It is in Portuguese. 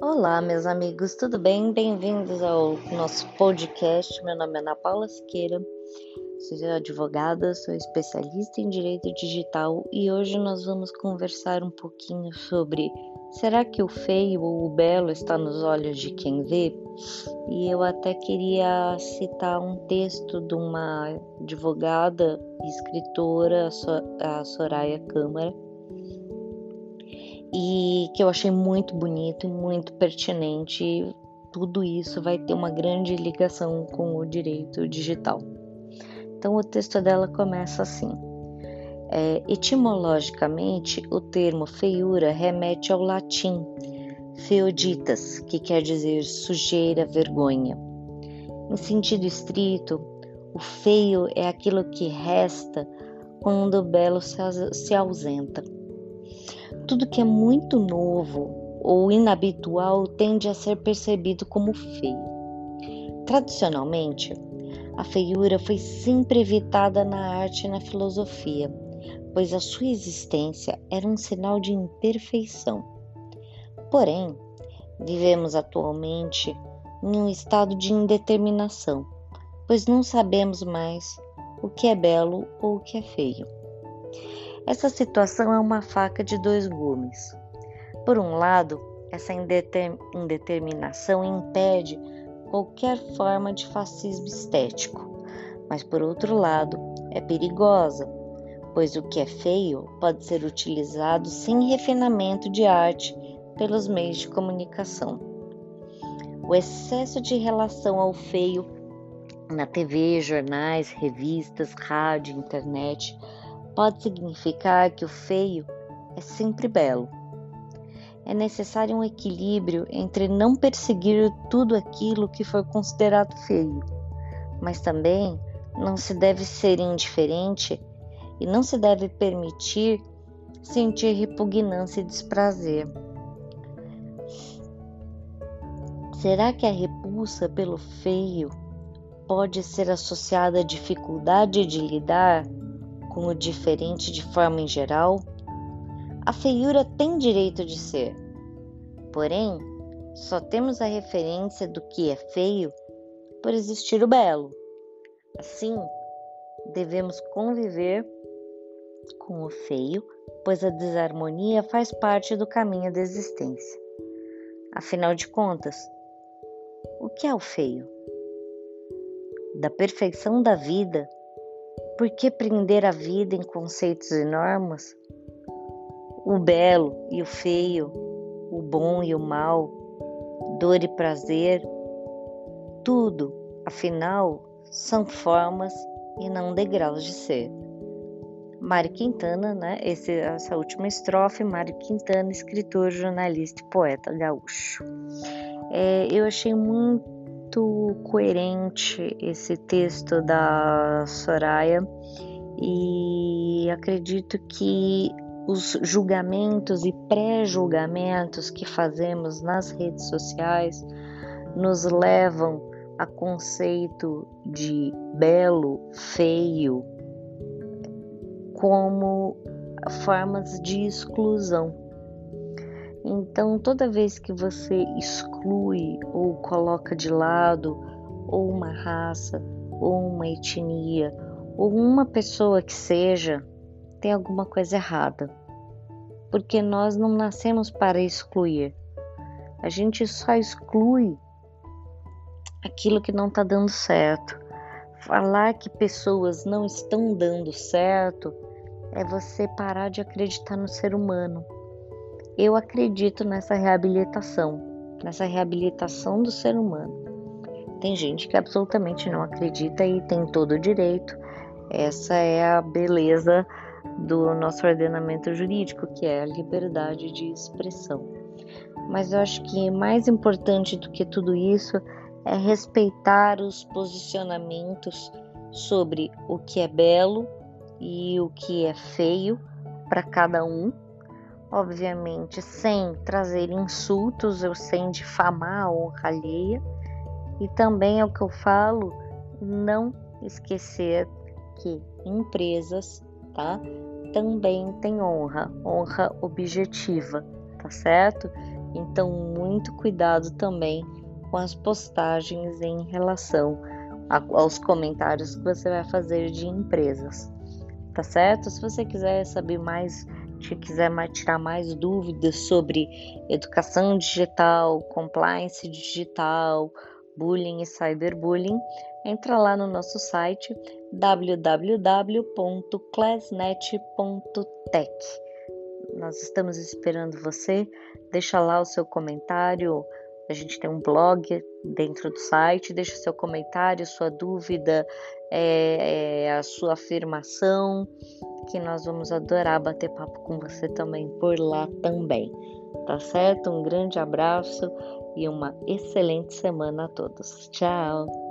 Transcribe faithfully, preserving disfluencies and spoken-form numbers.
Olá, meus amigos, tudo bem? Bem-vindos ao nosso podcast. Meu nome é Ana Paula Siqueira, sou advogada, sou especialista em direito digital e hoje nós vamos conversar um pouquinho sobre: será que o feio ou o belo está nos olhos de quem vê? E eu até queria citar um texto de uma advogada e escritora, a Soraya Câmara, e que eu achei muito bonito e muito pertinente. E tudo isso vai ter uma grande ligação com o direito digital. Então o texto dela começa assim: é, etimologicamente o termo feiura remete ao latim feoditas, que quer dizer sujeira, vergonha. Em sentido estrito, o feio é aquilo que resta quando o belo se ausenta. Tudo que é muito novo ou inabitual tende a ser percebido como feio. Tradicionalmente, a feiura foi sempre evitada na arte e na filosofia, pois a sua existência era um sinal de imperfeição. Porém, vivemos atualmente em um estado de indeterminação, pois não sabemos mais o que é belo ou o que é feio. Essa situação é uma faca de dois gumes. Por um lado, essa indeterminação impede qualquer forma de fascismo estético, mas por outro lado, é perigosa, pois o que é feio pode ser utilizado sem refinamento de arte pelos meios de comunicação. O excesso de relação ao feio na T V, jornais, revistas, rádio, internet pode significar que o feio é sempre belo. É necessário um equilíbrio entre não perseguir tudo aquilo que foi considerado feio, mas também não se deve ser indiferente e não se deve permitir sentir repugnância e desprazer. Será que a repulsa pelo feio pode ser associada à dificuldade de lidar com o diferente de forma em geral? A feiura tem direito de ser, porém, só temos a referência do que é feio por existir o belo. Assim, devemos conviver com o feio, pois a desarmonia faz parte do caminho da existência. Afinal de contas, o que é o feio? Da perfeição da vida, por que prender a vida em conceitos e normas? O belo e o feio, o bom e o mal, dor e prazer, tudo, afinal, são formas e não degraus de ser. Mário Quintana, né? Esse, essa última estrofe, Mário Quintana, escritor, jornalista e poeta gaúcho. É, eu achei muito coerente esse texto da Soraya e acredito que os julgamentos e pré-julgamentos que fazemos nas redes sociais nos levam a conceito de belo, feio, como formas de exclusão. Então, toda vez que você exclui ou coloca de lado ou uma raça, ou uma etnia, ou uma pessoa que seja, tem alguma coisa errada. Porque nós não nascemos para excluir. A gente só exclui aquilo que não está dando certo. Falar que pessoas não estão dando certo é você parar de acreditar no ser humano. Eu acredito nessa reabilitação, nessa reabilitação do ser humano. Tem gente que absolutamente não acredita e tem todo o direito. Essa é a beleza do nosso ordenamento jurídico, que é a liberdade de expressão. Mas eu acho que mais importante do que tudo isso é respeitar os posicionamentos sobre o que é belo e o que é feio para cada um, obviamente sem trazer insultos ou sem difamar a honra alheia, e também é o que eu falo, não esquecer que empresas, tá, também têm honra, honra objetiva, tá certo? Então, muito cuidado também com as postagens em relação a, aos comentários que você vai fazer de empresas, tá certo? Se você quiser saber mais, se quiser mais, tirar mais dúvidas sobre educação digital, compliance digital, bullying e cyberbullying, entra lá no nosso site w w w ponto classnet ponto tech. Nós estamos esperando você. Deixa lá o seu comentário. A gente tem um blog dentro do site. Deixa seu comentário, sua dúvida, é, é, a sua afirmação, que nós vamos adorar bater papo com você também por lá também. Tá certo? Um grande abraço e uma excelente semana a todos. Tchau!